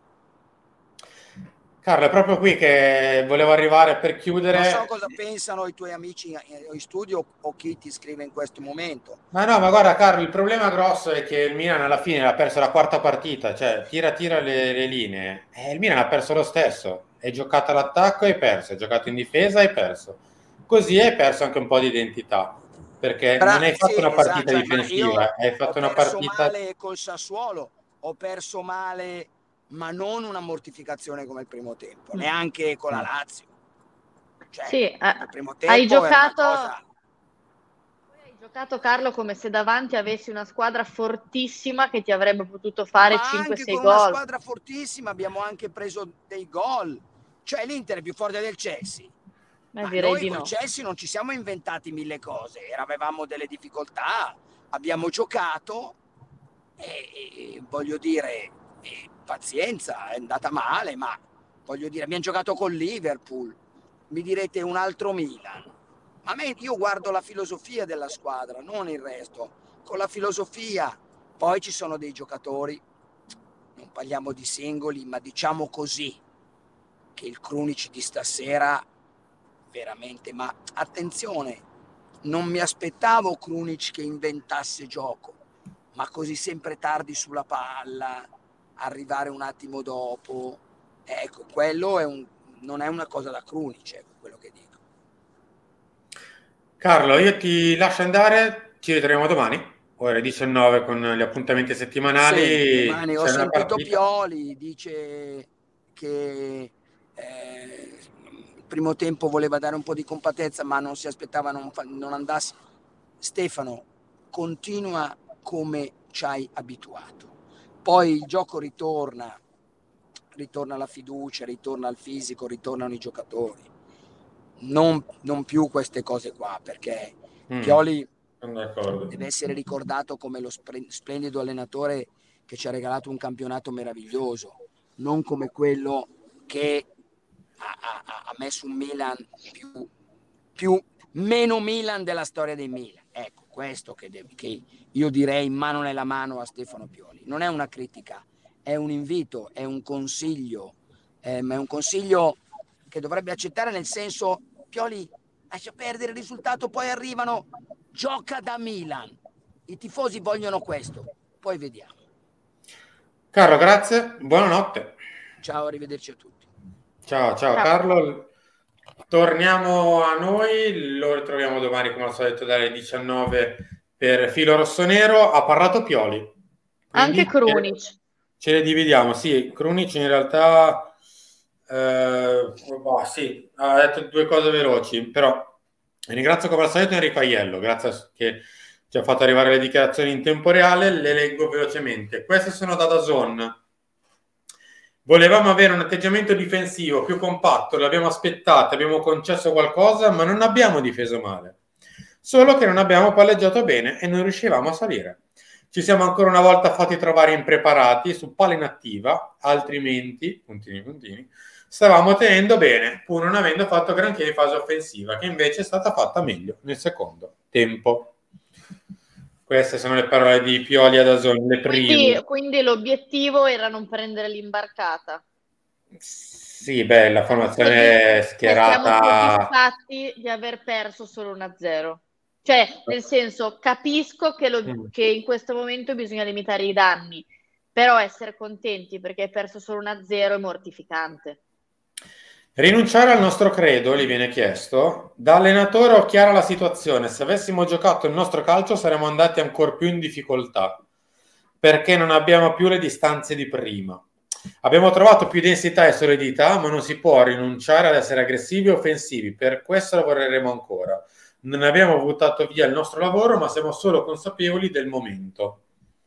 Carlo, è proprio qui che volevo arrivare per chiudere. Non so cosa pensano i tuoi amici in studio o chi ti scrive in questo momento. Ma no, ma guarda Carlo, il problema grosso è che il Milan alla fine ha perso la quarta partita, cioè tira tira le, le linee, e il Milan ha perso lo stesso, è giocato all'attacco e hai perso, è giocato in difesa e hai perso. Così hai perso anche un po' di identità, perché Bra- non hai fatto sì, una partita esatto, difensiva, hai fatto una partita... male col Sassuolo, ho perso male, ma non una mortificazione come il primo tempo, neanche con la Lazio. Cioè, sì, eh, il primo tempo hai giocato, era una cosa... hai giocato, Carlo, come se davanti avessi una squadra fortissima che ti avrebbe potuto fare ma cinque anche sei con gol. una squadra fortissima abbiamo anche preso dei gol. Cioè l'Inter è più forte del Chelsea. Eh, Ma direi noi di col no. Chelsea non ci siamo inventati mille cose, avevamo delle difficoltà, abbiamo giocato e, e voglio dire, e pazienza, è andata male, ma voglio dire, abbiamo giocato con Liverpool, mi direte un altro Milan. Ma a me, io guardo la filosofia della squadra, non il resto. Con la filosofia, poi ci sono dei giocatori, non parliamo di singoli, ma diciamo così, che il Krunic di stasera veramente, ma attenzione, non mi aspettavo Krunic che inventasse gioco, ma così sempre tardi sulla palla, arrivare un attimo dopo, ecco, quello è un, non è una cosa da Krunic, ecco, quello che dico. Carlo, io ti lascio andare, ci vedremo domani, ore diciannove con gli appuntamenti settimanali. Sì, domani ho C'è una sentito partita. Pioli, dice che eh, il primo tempo voleva dare un po' di compattezza, ma non si aspettava non, fa- non andasse. Stefano, continua come ci hai abituato. Poi il gioco ritorna, ritorna la fiducia, ritorna il fisico, ritornano i giocatori. Non, non più queste cose qua, perché Mm, Pioli sono d'accordo. deve essere ricordato come lo spre- splendido allenatore che ci ha regalato un campionato meraviglioso, non come quello che ha, ha- ha messo un Milan più, più meno Milan della storia dei Milan. Ecco, questo che, deve- che io direi mano nella mano a Stefano Pioli. Non è una critica, è un invito, è un consiglio, eh, ma è un consiglio che dovrebbe accettare, nel senso: Pioli, lascia perdere il risultato, poi arrivano, gioca da Milan. I tifosi vogliono questo, poi vediamo. Carlo, grazie, buonanotte. Ciao, arrivederci a tutti. Ciao, ciao Ciao. Carlo. Torniamo a noi, lo ritroviamo domani come al solito dalle diciannove per Filo Rossonero. Ha parlato Pioli. Quindi Anche Krunic. ce le dividiamo. Sì, Krunic in realtà eh, boh, sì, ha detto due cose veloci, però ringrazio come al solito Enrico Aiello, grazie a- che ci ha fatto arrivare le dichiarazioni in tempo reale. Le leggo velocemente. Queste sono da DAZN. Volevamo avere un atteggiamento difensivo più compatto, l'abbiamo aspettato, abbiamo concesso qualcosa, ma non abbiamo difeso male. Solo che non abbiamo palleggiato bene e non riuscivamo a salire. Ci siamo ancora una volta fatti trovare impreparati su palla inattiva, altrimenti, puntini puntini, stavamo tenendo bene, pur non avendo fatto granché in fase offensiva, che invece è stata fatta meglio nel secondo tempo. Queste sono le parole di Pioli ad Azon, le prime. Quindi, quindi l'obiettivo era non prendere l'imbarcata. Sì, beh, la formazione schierata. Siamo soddisfatti di aver perso solo uno a zero. Cioè, nel senso, capisco che, lo, Mm. che in questo momento bisogna limitare i danni, però essere contenti perché hai perso solo uno a zero è mortificante. Rinunciare al nostro credo, gli viene chiesto. Da allenatore ho chiara la situazione. Se avessimo giocato il nostro calcio saremmo andati ancora più in difficoltà, perché non abbiamo più le distanze di prima. Abbiamo trovato più densità e solidità, ma non si può rinunciare ad essere aggressivi e offensivi. Per questo lavoreremo ancora. Non abbiamo buttato via il nostro lavoro, ma siamo solo consapevoli del momento.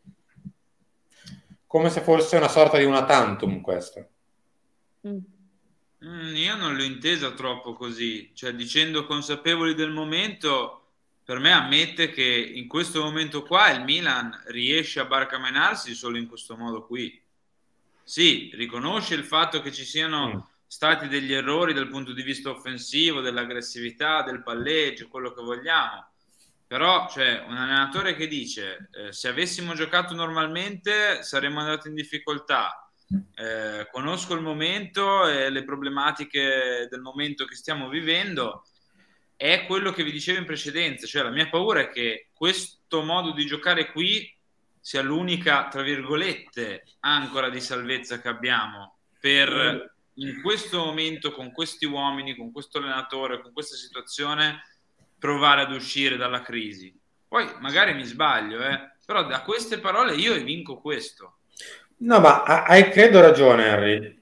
Come se fosse una sorta di una tantum questo. Mm. Mm, io non l'ho intesa troppo così, cioè dicendo consapevoli del momento, per me ammette che in questo momento qua il Milan riesce a barcamenarsi solo in questo modo qui. Sì, riconosce il fatto che ci siano Mm. stati degli errori dal punto di vista offensivo, dell'aggressività, del palleggio, quello che vogliamo, però cioè, un allenatore che dice eh, se avessimo giocato normalmente saremmo andati in difficoltà. Eh, conosco il momento e le problematiche del momento che stiamo vivendo, è quello che vi dicevo in precedenza, cioè la mia paura è che questo modo di giocare qui sia l'unica, tra virgolette, ancora di salvezza che abbiamo per in questo momento, con questi uomini, con questo allenatore, con questa situazione, provare ad uscire dalla crisi. Poi magari mi sbaglio, eh, però da queste parole io evinco questo. No, ma hai credo ragione, Henry.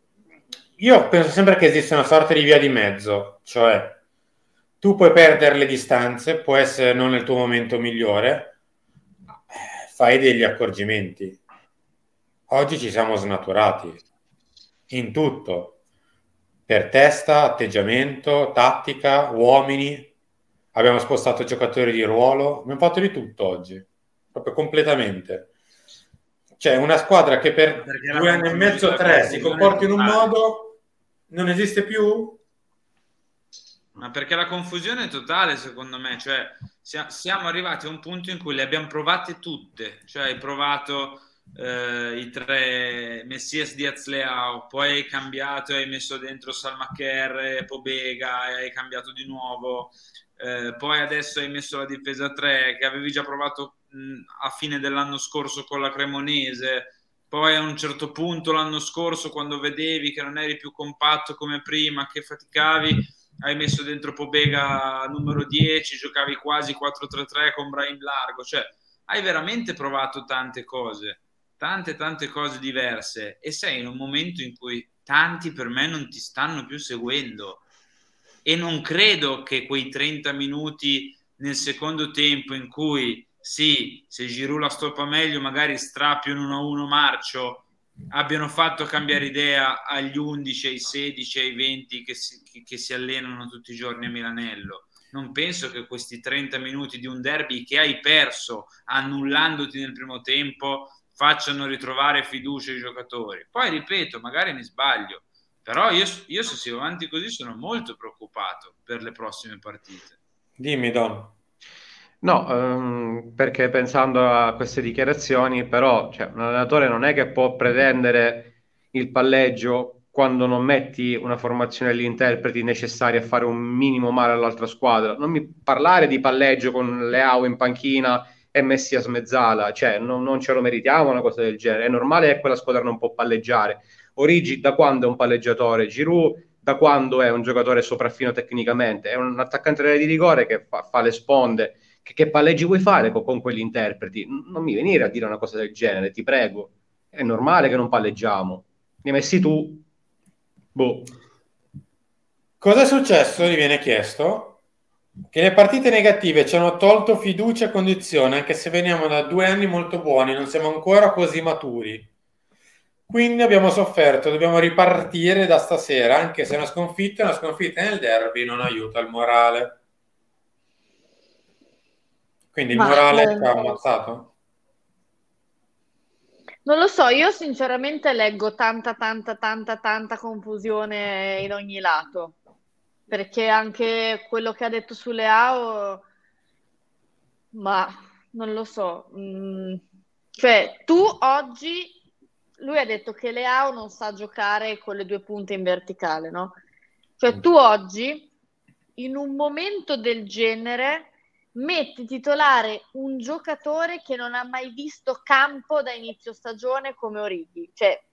Io penso sempre che esista una sorta di via di mezzo, cioè tu puoi perdere le distanze, può essere non nel tuo momento migliore, fai degli accorgimenti. Oggi ci siamo snaturati in tutto, per testa, atteggiamento, tattica, uomini, abbiamo spostato giocatori di ruolo, abbiamo fatto di tutto oggi, proprio completamente. Cioè una squadra che per Perché due anni e mezzo, tre, si comporti in un totale. modo, non esiste più? Ma perché la confusione è totale, secondo me, cioè sia- siamo arrivati a un punto in cui le abbiamo provate tutte, cioè hai provato eh, i tre Messias, Diaz, Leao, poi hai cambiato, hai messo dentro Salmacher, Pobega, e hai cambiato di nuovo, eh, poi adesso hai messo la difesa tre che avevi già provato mh, a fine dell'anno scorso con la Cremonese. Poi a un certo punto l'anno scorso, quando vedevi che non eri più compatto come prima, che faticavi, hai messo dentro Pobega numero dieci, giocavi quasi quattro tre tre con Brahim largo, cioè hai veramente provato tante cose, tante tante cose diverse, e sei in un momento in cui tanti per me non ti stanno più seguendo, e non credo che quei trenta minuti nel secondo tempo in cui sì, se Giroud la stoppa meglio magari strappi un uno a uno marcio, abbiano fatto cambiare idea agli undici, ai sedici, ai venti che si, che, che si allenano tutti i giorni a Milanello. Non penso che questi trenta minuti di un derby che hai perso annullandoti nel primo tempo facciano ritrovare fiducia ai giocatori. Poi ripeto, magari mi sbaglio, però io, io se si va avanti così sono molto preoccupato per le prossime partite. Dimmi, Don. No, ehm, perché pensando a queste dichiarazioni, però, cioè, un allenatore non è che può pretendere il palleggio quando non metti una formazione agli interpreti necessari a fare un minimo male all'altra squadra. Non mi parlare di palleggio con Leao in panchina e Messi a smezzala, cioè non, non ce lo meritiamo una cosa del genere. È normale che quella squadra non può palleggiare. Origi da quando è un palleggiatore? Giroud da quando è un giocatore sopraffino tecnicamente? È un attaccante di rigore che fa, fa le sponde. Che, che palleggi vuoi fare con, con quegli interpreti? Non mi venire a dire una cosa del genere, ti prego. È normale che non palleggiamo. Ne hai messi tu. Boh. Cosa è successo? Gli viene chiesto che le partite negative ci hanno tolto fiducia e condizione, anche se veniamo da due anni molto buoni, non siamo ancora così maturi. Quindi abbiamo sofferto, dobbiamo ripartire da stasera, anche se una sconfitta, una sconfitta nel derby non aiuta il morale. Quindi il Ma, morale eh, ci ha ammazzato? Non lo so, io sinceramente leggo tanta, tanta, tanta, tanta confusione in ogni lato, perché anche quello che ha detto su Leao, ma non lo so, mm, cioè tu oggi, lui ha detto che Leao non sa giocare con le due punte in verticale, no? Cioè tu oggi, in un momento del genere, metti titolare un giocatore che non ha mai visto campo da inizio stagione come Origi. Cioè,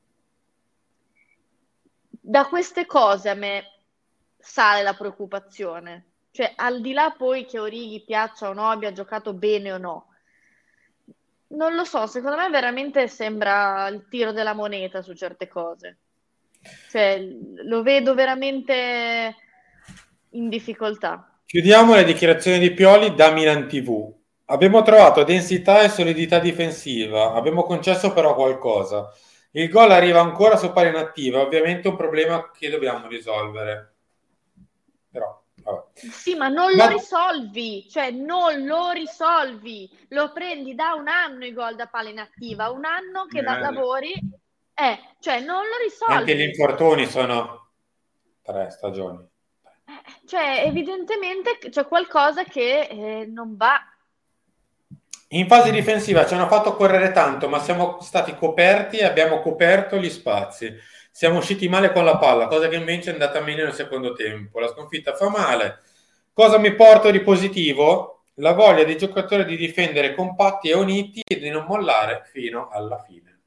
da queste cose a me sale la preoccupazione. Cioè, al di là poi che Origi piaccia o no, abbia giocato bene o no, non lo so, secondo me veramente sembra il tiro della moneta su certe cose. Cioè, lo vedo veramente in difficoltà. Chiudiamo le dichiarazioni di Pioli da Milan T V. Abbiamo trovato densità e solidità difensiva, abbiamo concesso però qualcosa. Il gol arriva ancora su palla inattiva, ovviamente un problema che dobbiamo risolvere. Però, vabbè. Sì, ma non Ma- lo risolvi, cioè non lo risolvi. Lo prendi da un anno i gol da palla inattiva, un anno che da Eh. lavori, eh, cioè non lo Anche gli risolvi. infortuni sono tre stagioni. Cioè, evidentemente c'è qualcosa che eh, non va. In fase difensiva ci hanno fatto correre tanto, ma siamo stati coperti e abbiamo coperto gli spazi. Siamo usciti male con la palla, cosa che invece è andata meglio nel secondo tempo. La sconfitta fa male. Cosa mi porto di positivo? La voglia dei giocatori di difendere compatti e uniti e di non mollare fino alla fine.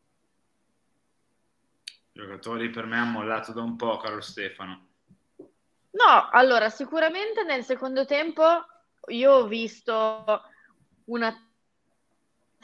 I giocatori per me hanno mollato da un po', caro Stefano. No, allora, sicuramente nel secondo tempo io ho visto una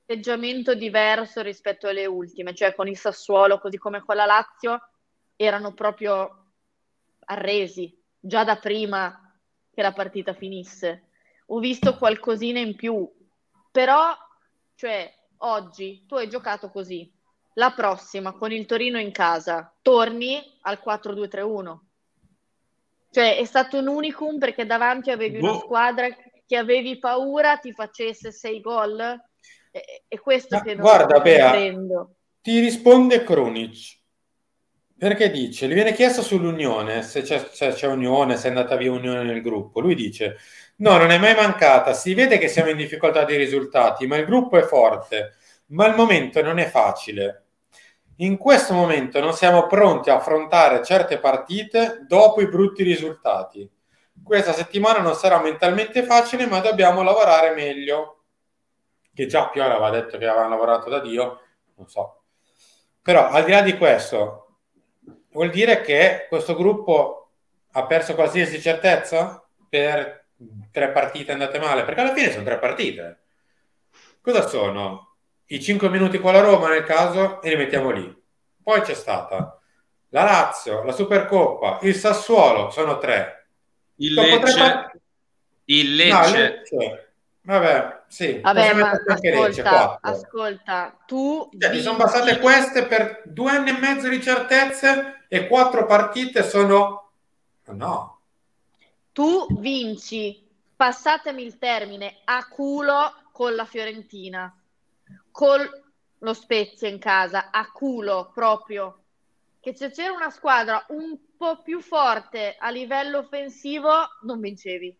atteggiamento diverso rispetto alle ultime, cioè con il Sassuolo, così come con la Lazio, erano proprio arresi, già da prima che la partita finisse. Ho visto qualcosina in più, però, cioè, oggi tu hai giocato così, la prossima con il Torino in casa torni al quattro due tre uno. Cioè è stato un unicum perché davanti avevi una Boh. squadra che avevi paura ti facesse sei gol e, e questo Ma che non, guarda, non Bea, comprendo. ti risponde Krunic perché dice, gli viene chiesto sull'unione, se c'è, se c'è unione, se è andata via unione nel gruppo. Lui dice, no, non è mai mancata, si vede che siamo in difficoltà di risultati, ma il gruppo è forte, ma il momento non è facile. In questo momento non siamo pronti a affrontare certe partite dopo i brutti risultati. Questa settimana non sarà mentalmente facile, ma dobbiamo lavorare meglio. Che già Piola aveva detto che avevano lavorato da Dio, non so. Però al di là di questo, vuol dire che questo gruppo ha perso qualsiasi certezza per tre partite andate male? Perché alla fine sono tre partite. Cosa sono? I cinque minuti con la Roma nel caso e li mettiamo lì. Poi c'è stata la Lazio, la Supercoppa, il Sassuolo, sono tre. Il Dopo tre Lecce, part- il No, Lecce. Lecce. Vabbè, sì, Vabbè, possiamo ma metterci anche Lecce, ascolta, quattro. ascolta, tu Cioè, ti sono vinci, basate queste per due anni e mezzo di certezze e quattro partite sono... No. tu vinci, passatemi il termine, a culo con la Fiorentina, con lo Spezia in casa, a culo proprio. Che se c'era una squadra un po' più forte a livello offensivo, non vincevi.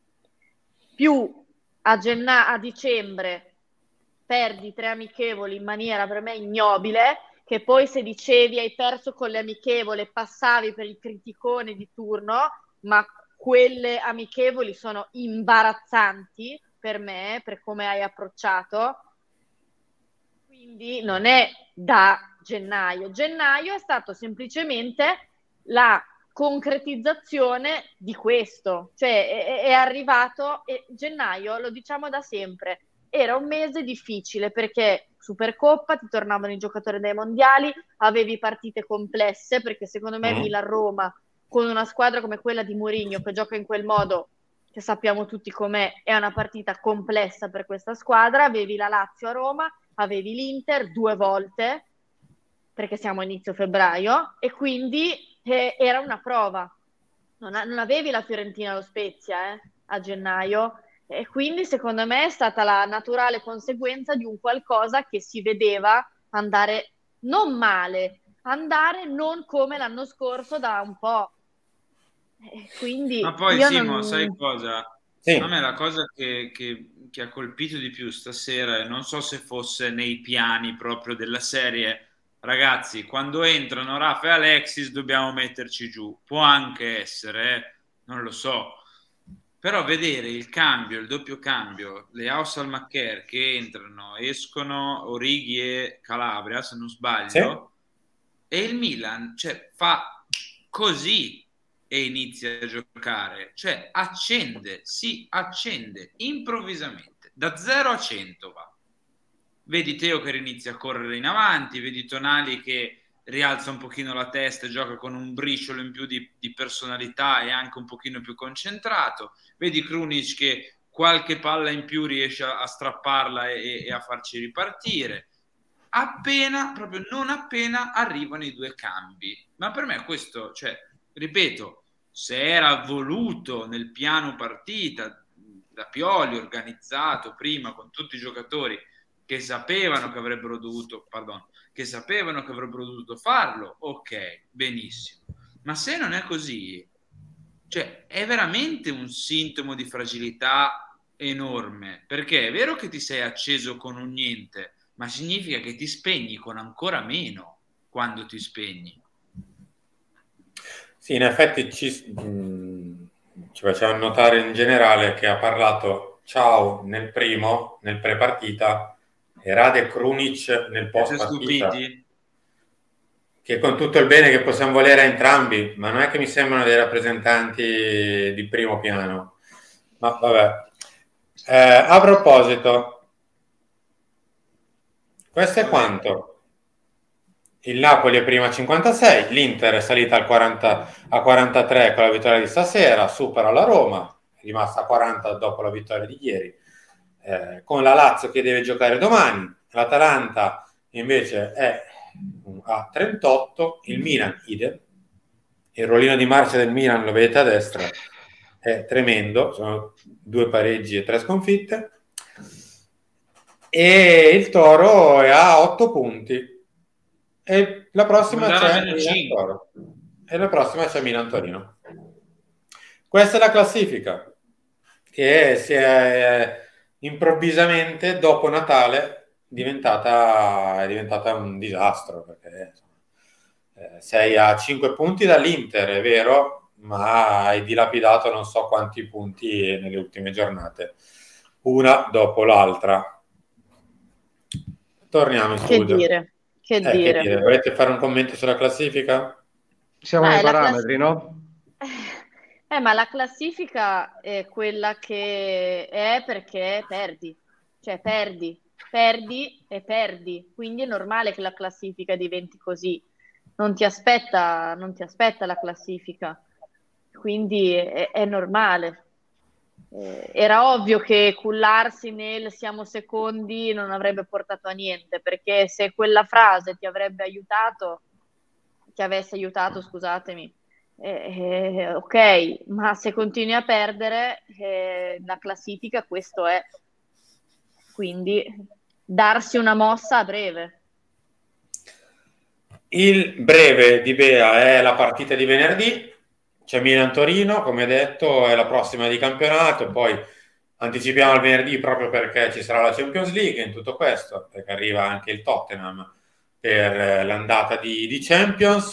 Più a, genna- a dicembre perdi tre amichevoli in maniera per me ignobile, che poi se dicevi hai perso con le amichevoli passavi per il criticone di turno, ma quelle amichevoli sono imbarazzanti per me, per come hai approcciato. Quindi non è da gennaio. Gennaio è stato semplicemente la concretizzazione di questo, cioè è, è arrivato e gennaio, lo diciamo da sempre, era un mese difficile perché Supercoppa, ti tornavano i giocatori dai mondiali, avevi partite complesse perché secondo me Mm. Milan-Roma con una squadra come quella di Mourinho che gioca in quel modo, che sappiamo tutti com'è, è una partita complessa per questa squadra. Avevi la Lazio a Roma, avevi l'Inter due volte perché siamo a inizio febbraio e quindi eh, era una prova. Non, a- non avevi la Fiorentina allo Spezia eh, a gennaio e quindi secondo me è stata la naturale conseguenza di un qualcosa che si vedeva andare non male, andare non come l'anno scorso da un po'. E quindi Ma poi io Simo, non... sai cosa? Sì. A me la cosa che, che- che ha colpito di più stasera, e non so se fosse nei piani proprio della serie, ragazzi, quando entrano Rafa e Alexis dobbiamo metterci giù. Può anche essere, eh, non lo so. Però vedere il cambio, il doppio cambio, le House al Macher che entrano, escono Orighi e Calabria, se non sbaglio, e il Milan, cioè, fa così e inizia a giocare, cioè accende, si accende improvvisamente, da zero a cento va. Vedi Teo che inizia a correre in avanti, vedi Tonali che rialza un pochino la testa e gioca con un briciolo in più di, di personalità e anche un pochino più concentrato, vedi Krunic che qualche palla in più riesce a, a strapparla e, e a farci ripartire. Appena, proprio non appena arrivano i due cambi. Ma per me questo, cioè, ripeto, se era voluto nel piano partita da Pioli, organizzato prima con tutti i giocatori che sapevano che avrebbero dovuto, pardon, che sapevano che avrebbero dovuto farlo, ok, benissimo. Ma se non è così, cioè, è veramente un sintomo di fragilità enorme, perché è vero che ti sei acceso con un niente, ma significa che ti spegni con ancora meno quando ti spegni. Sì, in effetti ci, mh, ci faceva notare in generale che ha parlato ciao nel primo, nel pre-partita, e Rade Krunic nel Siete post-partita. stupiti? Che con tutto il bene che possiamo volere a entrambi, ma non è che mi sembrano dei rappresentanti di primo piano. Ma vabbè. Eh, a proposito, Questo è quanto? Il Napoli è prima a cinquantasei, l'Inter è salita al quaranta, a quarantatré con la vittoria di stasera, supera la Roma, è rimasta a quaranta dopo la vittoria di ieri, eh, con la Lazio che deve giocare domani, l'Atalanta invece è a trentotto, il Milan idem, il rollino di marcia del Milan lo vedete a destra, è tremendo, sono due pareggi e tre sconfitte, e il Toro è a otto punti. E la prossima c'è Milan Toro. E la prossima c'è Milan Torino. Questa è la classifica che si è improvvisamente dopo Natale diventata, è diventata un disastro, perché eh, sei a cinque punti dall'Inter, è vero, ma hai dilapidato non so quanti punti nelle ultime giornate, una dopo l'altra. Torniamo in studio. Che dire? Che, eh, dire. che dire? Volete fare un commento sulla classifica? Siamo Ah, nei la parametri, class- no? Eh, ma la classifica è quella che è perché perdi, cioè perdi, perdi e perdi, quindi è normale che la classifica diventi così, non ti aspetta, non ti aspetta la classifica, quindi è, è normale. Eh, era ovvio che cullarsi nel siamo secondi non avrebbe portato a niente, perché se quella frase ti avrebbe aiutato, ti avesse aiutato, scusatemi, eh, eh, ok, ma se continui a perdere, eh, la classifica questo è, quindi darsi una mossa a breve. Il breve di Bea è la partita di venerdì, c'è Milan-Torino, come detto, è la prossima di campionato, poi anticipiamo il venerdì proprio perché ci sarà la Champions League in tutto questo, perché arriva anche il Tottenham per l'andata di, di Champions.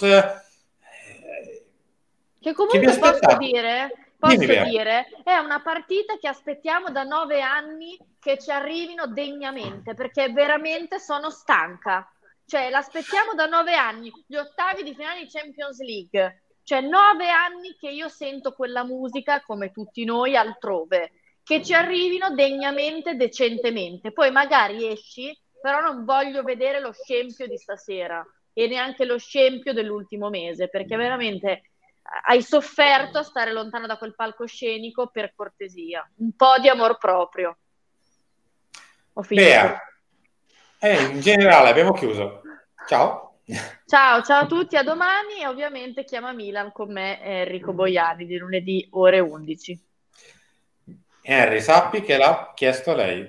Che comunque posso dire, posso dire, è una partita che aspettiamo da nove anni che ci arrivino degnamente, perché veramente sono stanca. Cioè, l'aspettiamo da nove anni, gli ottavi di finale di Champions League. Cioè, nove anni che io sento quella musica, come tutti noi, altrove. Che ci arrivino degnamente, decentemente. Poi magari esci, però non voglio vedere lo scempio di stasera e neanche lo scempio dell'ultimo mese, perché veramente hai sofferto a stare lontano da quel palcoscenico, per cortesia. Un po' di amor proprio. Ho finito. Bea. Eh, in generale abbiamo chiuso. Ciao. Ciao, ciao a tutti, a domani e ovviamente chiama Milan con me Enrico Boiani di lunedì ore undici. Henry, sappi che l'ha chiesto lei.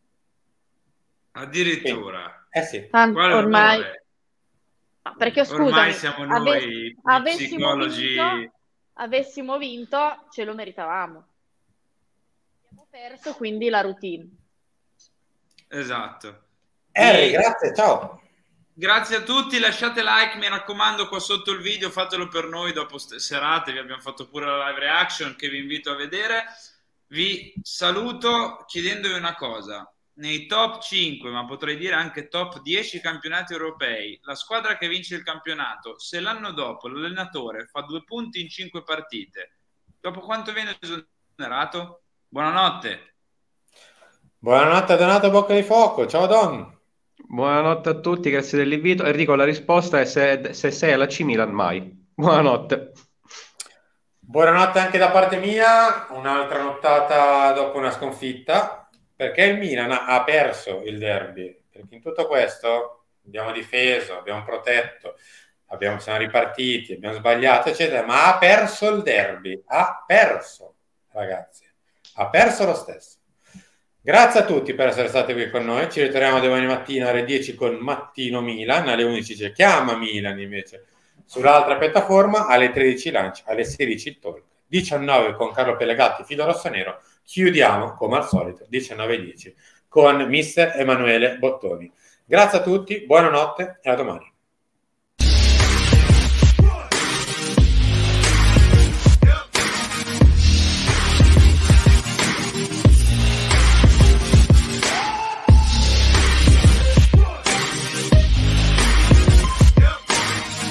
Addirittura. Eh sì. Tanto, ormai... No, perché scusami, ormai siamo noi ave... avessimo, psicologi... vinto, avessimo vinto, ce lo meritavamo. Abbiamo perso, quindi la routine. Esatto. Henry, grazie, ciao. Grazie a tutti, lasciate like, mi raccomando, qua sotto il video, fatelo per noi dopo ste serate, vi abbiamo fatto pure la live reaction che vi invito a vedere. Vi saluto chiedendovi una cosa: nei top cinque, ma potrei dire anche top dieci campionati europei, la squadra che vince il campionato, se l'anno dopo l'allenatore fa due punti in cinque partite, dopo quanto viene esonerato? Buonanotte. Buonanotte a Donato Bocca di Fuoco, ciao Don. Buonanotte a tutti, grazie dell'invito. Enrico, la risposta è se, se sei alla C Milan mai. Buonanotte. Buonanotte anche da parte mia, un'altra nottata dopo una sconfitta, perché il Milan ha perso il derby, perché in tutto questo abbiamo difeso, abbiamo protetto, abbiamo, siamo ripartiti, abbiamo sbagliato, eccetera, ma ha perso il derby, ha perso, ragazzi, ha perso lo stesso. Grazie a tutti per essere stati qui con noi, ci ritroviamo domani mattina alle dieci con Mattino Milan, alle undici c'è Chiama Milan invece sull'altra piattaforma, alle tredici Lancia, alle sedici il Talk, diciannove con Carlo Pellegatti, Fido Rossonero, chiudiamo come al solito diciannove e dieci con mister Emanuele Bottoni. Grazie a tutti, buonanotte e a domani.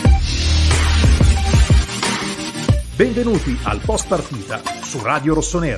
Benvenuti al post partita su Radio Rossonera.